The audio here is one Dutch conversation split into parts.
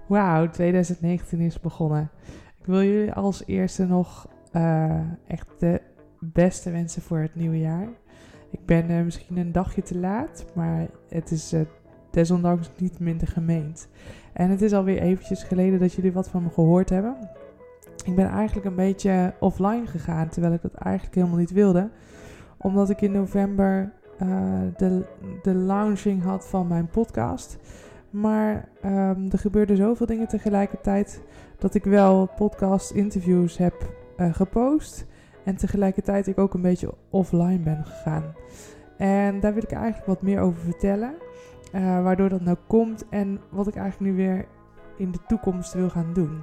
Wauw, 2019 is begonnen. Ik wil jullie als eerste nog echt de beste wensen voor het nieuwe jaar. Ik ben misschien een dagje te laat, maar het is desondanks niet minder gemeend. En het is alweer eventjes geleden dat jullie wat van me gehoord hebben. Ik ben eigenlijk een beetje offline gegaan, terwijl ik dat eigenlijk helemaal niet wilde. Omdat ik in november de launching had van mijn podcast. Maar er gebeurden zoveel dingen tegelijkertijd dat ik wel podcast-interviews heb gepost. En tegelijkertijd ik ook een beetje offline ben gegaan. En daar wil ik eigenlijk wat meer over vertellen. Waardoor dat nou komt en wat ik eigenlijk nu weer in de toekomst wil gaan doen.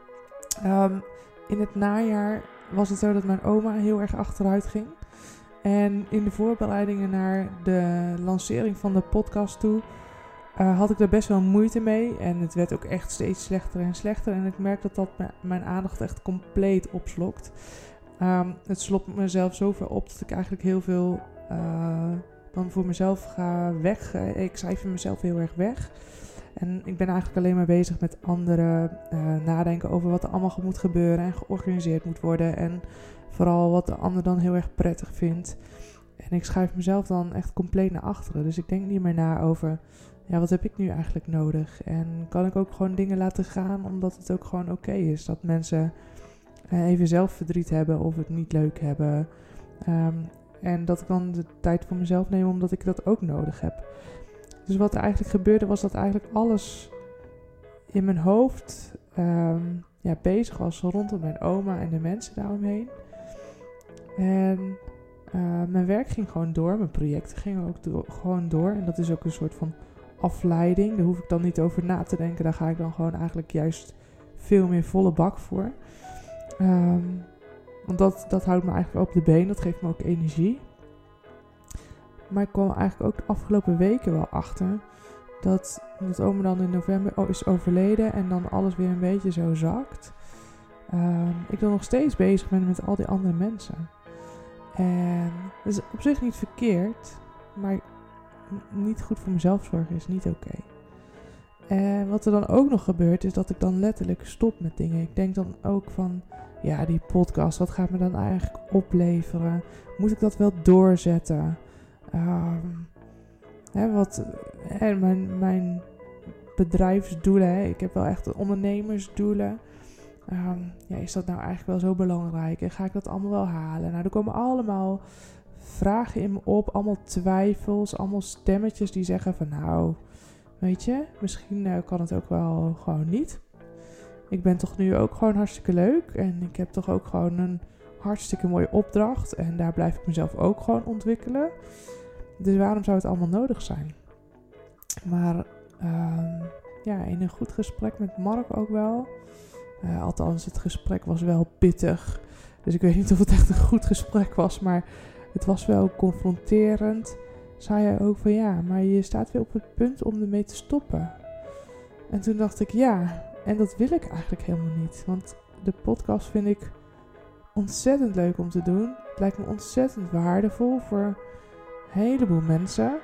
In het najaar was het zo dat mijn oma heel erg achteruit ging. En in de voorbereidingen naar de lancering van de podcast toe had ik er best wel moeite mee. En het werd ook echt steeds slechter en slechter. En ik merk dat mijn aandacht echt compleet opslokt. Het slokt mezelf zoveel op dat ik eigenlijk heel veel dan voor mezelf ga weg. Ik cijfer mezelf heel erg weg. En ik ben eigenlijk alleen maar bezig met anderen nadenken over wat er allemaal moet gebeuren en georganiseerd moet worden. En vooral wat de ander dan heel erg prettig vindt. En ik schuif mezelf dan echt compleet naar achteren. Dus ik denk niet meer na over, ja, wat heb ik nu eigenlijk nodig? En kan ik ook gewoon dingen laten gaan omdat het ook gewoon oké is. Dat mensen even zelf verdriet hebben of het niet leuk hebben. En dat ik dan de tijd voor mezelf neem omdat ik dat ook nodig heb. Dus wat er eigenlijk gebeurde was dat eigenlijk alles in mijn hoofd bezig was rondom mijn oma en de mensen daaromheen. En mijn werk ging gewoon door, mijn projecten gingen ook gewoon door. En dat is ook een soort van afleiding. Daar hoef ik dan niet over na te denken. Daar ga ik dan gewoon eigenlijk juist veel meer volle bak voor. Want dat houdt me eigenlijk op de been. Dat geeft me ook energie. Maar ik kwam eigenlijk ook de afgelopen weken wel achter dat oma dan in november is overleden en dan alles weer een beetje zo zakt. Ik dan nog steeds bezig ben met al die andere mensen. En dat is op zich niet verkeerd, maar niet goed voor mezelf zorgen is niet oké. En wat er dan ook nog gebeurt is dat ik dan letterlijk stop met dingen. Ik denk dan ook van, ja, die podcast, wat gaat me dan eigenlijk opleveren? Moet ik dat wel doorzetten? Mijn bedrijfsdoelen, ik heb wel echt ondernemersdoelen. Is dat nou eigenlijk wel zo belangrijk? En ga ik dat allemaal wel halen? Nou, er komen allemaal vragen in me op, allemaal twijfels, allemaal stemmetjes die zeggen van nou, weet je, misschien kan het ook wel gewoon niet. Ik ben toch nu ook gewoon hartstikke leuk en ik heb toch ook gewoon een hartstikke mooie opdracht en daar blijf ik mezelf ook gewoon ontwikkelen. Dus waarom zou het allemaal nodig zijn? Maar in een goed gesprek met Mark ook wel. Althans, het gesprek was wel pittig. Dus ik weet niet of het echt een goed gesprek was. Maar het was wel confronterend. Zei hij ook van ja, maar je staat weer op het punt om ermee te stoppen. En toen dacht ik ja, en dat wil ik eigenlijk helemaal niet. Want de podcast vind ik ontzettend leuk om te doen. Het lijkt me ontzettend waardevol voor een heleboel mensen.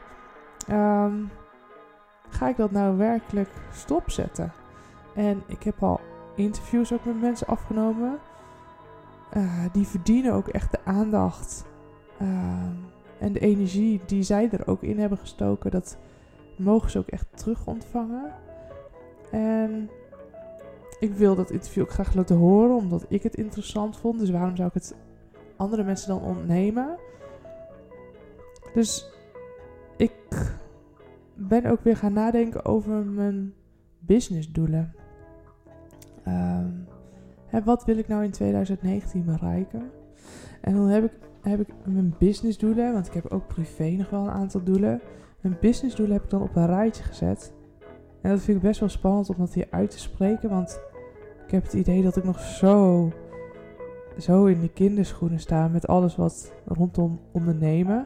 Ga ik dat nou werkelijk stopzetten? En ik heb al interviews ook met mensen afgenomen. Die verdienen ook echt de aandacht. En de energie die zij er ook in hebben gestoken. Dat mogen ze ook echt terug ontvangen. En ik wil dat interview ook graag laten horen. Omdat ik het interessant vond. Dus waarom zou ik het andere mensen dan ontnemen? Dus ik ben ook weer gaan nadenken over mijn businessdoelen. Wat wil ik nou in 2019 bereiken? En dan heb ik mijn businessdoelen, want ik heb ook privé nog wel een aantal doelen. Mijn businessdoelen heb ik dan op een rijtje gezet. En dat vind ik best wel spannend om dat hier uit te spreken, want ik heb het idee dat ik nog zo in de kinderschoenen sta met alles wat rondom ondernemen.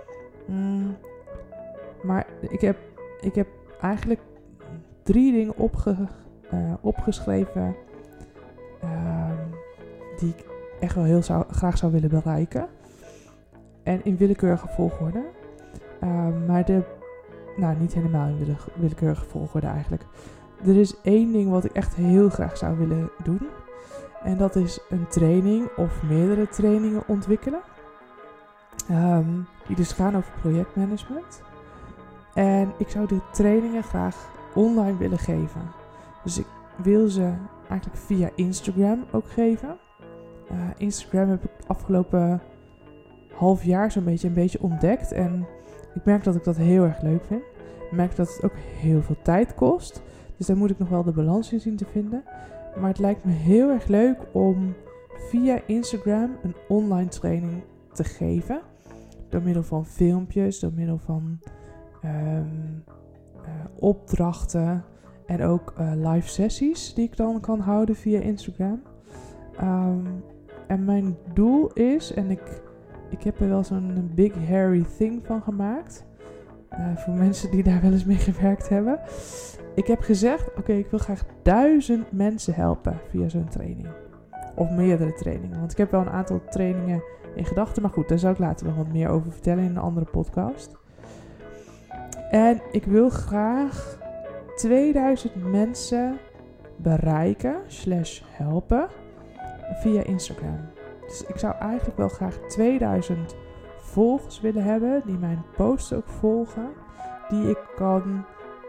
Maar ik heb eigenlijk 3 dingen opgeschreven die ik echt wel graag zou willen bereiken. En in willekeurige volgorde. Maar niet helemaal in willekeurige volgorde eigenlijk. er is één ding wat ik echt heel graag zou willen doen. En dat is een training of meerdere trainingen ontwikkelen. Die dus gaan over projectmanagement. En ik zou die trainingen graag online willen geven. Dus ik wil ze eigenlijk via Instagram ook geven. Instagram heb ik afgelopen half jaar zo'n beetje ontdekt. En ik merk dat ik dat heel erg leuk vind. Ik merk dat het ook heel veel tijd kost. Dus daar moet ik nog wel de balans in zien te vinden. Maar het lijkt me heel erg leuk om via Instagram een online training te geven. Door middel van filmpjes, door middel van opdrachten en ook live sessies die ik dan kan houden via Instagram. En mijn doel is, en ik heb er wel zo'n big hairy thing van gemaakt. Voor mensen die daar wel eens mee gewerkt hebben. Ik heb gezegd, oké, ik wil graag 1000 mensen helpen via zo'n training. Of meerdere trainingen. Want ik heb wel een aantal trainingen in gedachten. Maar goed, daar zou ik later wel wat meer over vertellen in een andere podcast. En ik wil graag 2000 mensen bereiken / helpen via Instagram. Dus ik zou eigenlijk wel graag 2000 volgers willen hebben. Die mijn posts ook volgen. Die ik kan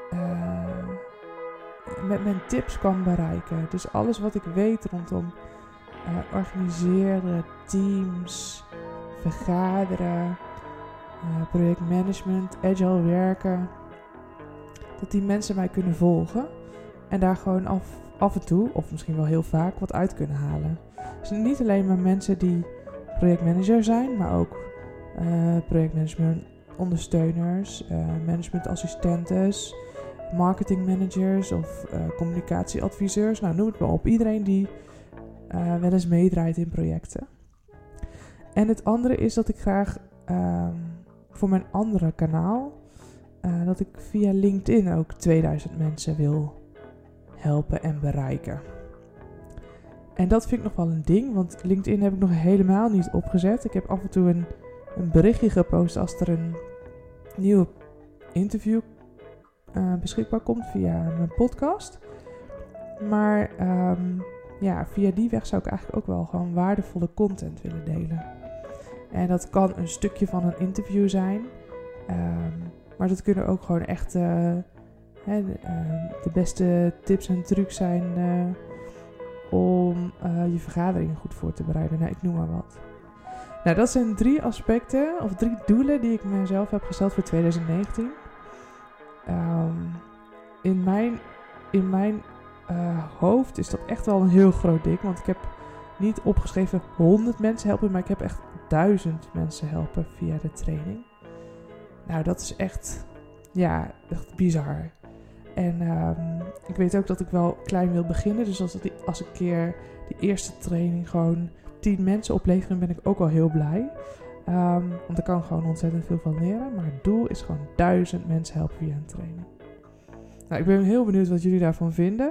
met mijn tips kan bereiken. Dus alles wat ik weet rondom organiseren, teams, vergaderen, projectmanagement, agile werken. Dat die mensen mij kunnen volgen. En daar gewoon af en toe, of misschien wel heel vaak, wat uit kunnen halen. Dus niet alleen maar mensen die projectmanager zijn, maar ook projectmanagement ondersteuners, managementassistentes, marketingmanagers of communicatieadviseurs. Nou, noem het maar op. Iedereen die wel eens meedraait in projecten. En het andere is dat ik graag voor mijn andere kanaal, dat ik via LinkedIn ook 2000 mensen wil helpen en bereiken. En dat vind ik nog wel een ding, want LinkedIn heb ik nog helemaal niet opgezet. Ik heb af en toe een berichtje gepost als er een nieuwe interview beschikbaar komt via mijn podcast. Maar via die weg zou ik eigenlijk ook wel gewoon waardevolle content willen delen. En dat kan een stukje van een interview zijn. Maar dat kunnen ook gewoon echt de beste tips en trucs zijn om je vergaderingen goed voor te bereiden. Nou, ik noem maar wat. Nou, dat zijn 3 aspecten of 3 doelen die ik mezelf heb gesteld voor 2019. In mijn hoofd is dat echt wel een heel groot ding. Want ik heb niet opgeschreven 100 mensen helpen, maar ik heb echt 1000 mensen helpen via de training. Nou, dat is echt echt bizar. En ik weet ook dat ik wel klein wil beginnen. Dus als ik keer die eerste training gewoon 10 mensen opleveren, ben ik ook al heel blij. Want daar kan ik gewoon ontzettend veel van leren. Maar het doel is gewoon 1000 mensen helpen via een training. Nou, ik ben heel benieuwd wat jullie daarvan vinden.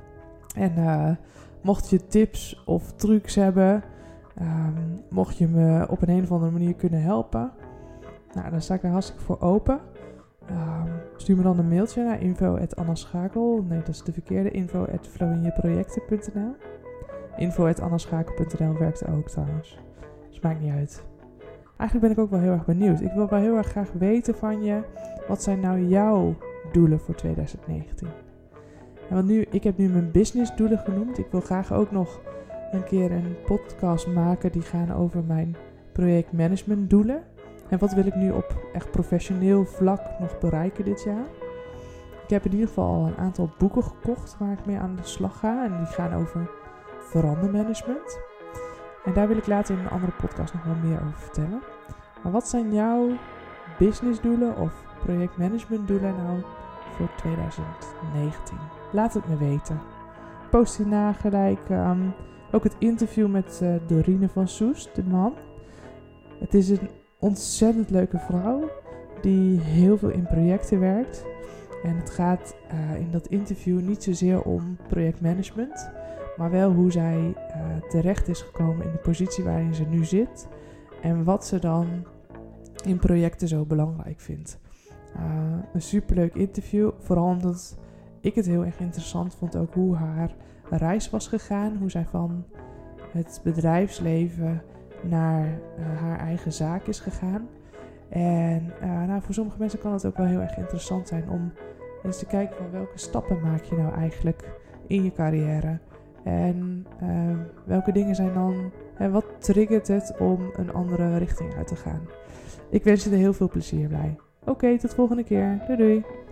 En mocht je tips of trucs hebben, mocht je me op een of andere manier kunnen helpen, nou, dan sta ik daar hartstikke voor open. Stuur me dan een mailtje naar info@annaschakel. Nee, dat is de verkeerde. info@flowinjeprojecten.nl. info@annaschakel.nl werkt ook trouwens. Dus maakt niet uit. Eigenlijk ben ik ook wel heel erg benieuwd. Ik wil wel heel erg graag weten van je, wat zijn nou jouw doelen voor 2019? En want ik heb nu mijn businessdoelen genoemd. Ik wil graag ook nog een keer een podcast maken die gaan over mijn projectmanagementdoelen. En wat wil ik nu op echt professioneel vlak nog bereiken dit jaar? Ik heb in ieder geval al een aantal boeken gekocht waar ik mee aan de slag ga. En die gaan over verandermanagement. En daar wil ik later in een andere podcast nog wel meer over vertellen. Maar wat zijn jouw businessdoelen of projectmanagementdoelen nou voor 2019? Laat het me weten. Post hierna gelijk ook het interview met Dorine van Soest, de man. Het is een ontzettend leuke vrouw die heel veel in projecten werkt. En het gaat in dat interview niet zozeer om projectmanagement, maar wel hoe zij terecht is gekomen in de positie waarin ze nu zit. En wat ze dan in projecten zo belangrijk vindt. Een superleuk interview, vooral omdat ik het heel erg interessant vond ook hoe haar reis was gegaan. Hoe zij van het bedrijfsleven naar haar eigen zaak is gegaan. En voor sommige mensen kan het ook wel heel erg interessant zijn om eens te kijken van welke stappen maak je nou eigenlijk in je carrière. En welke dingen zijn dan, wat triggert het om een andere richting uit te gaan. Ik wens je er heel veel plezier bij. Oké, tot volgende keer. Doei doei.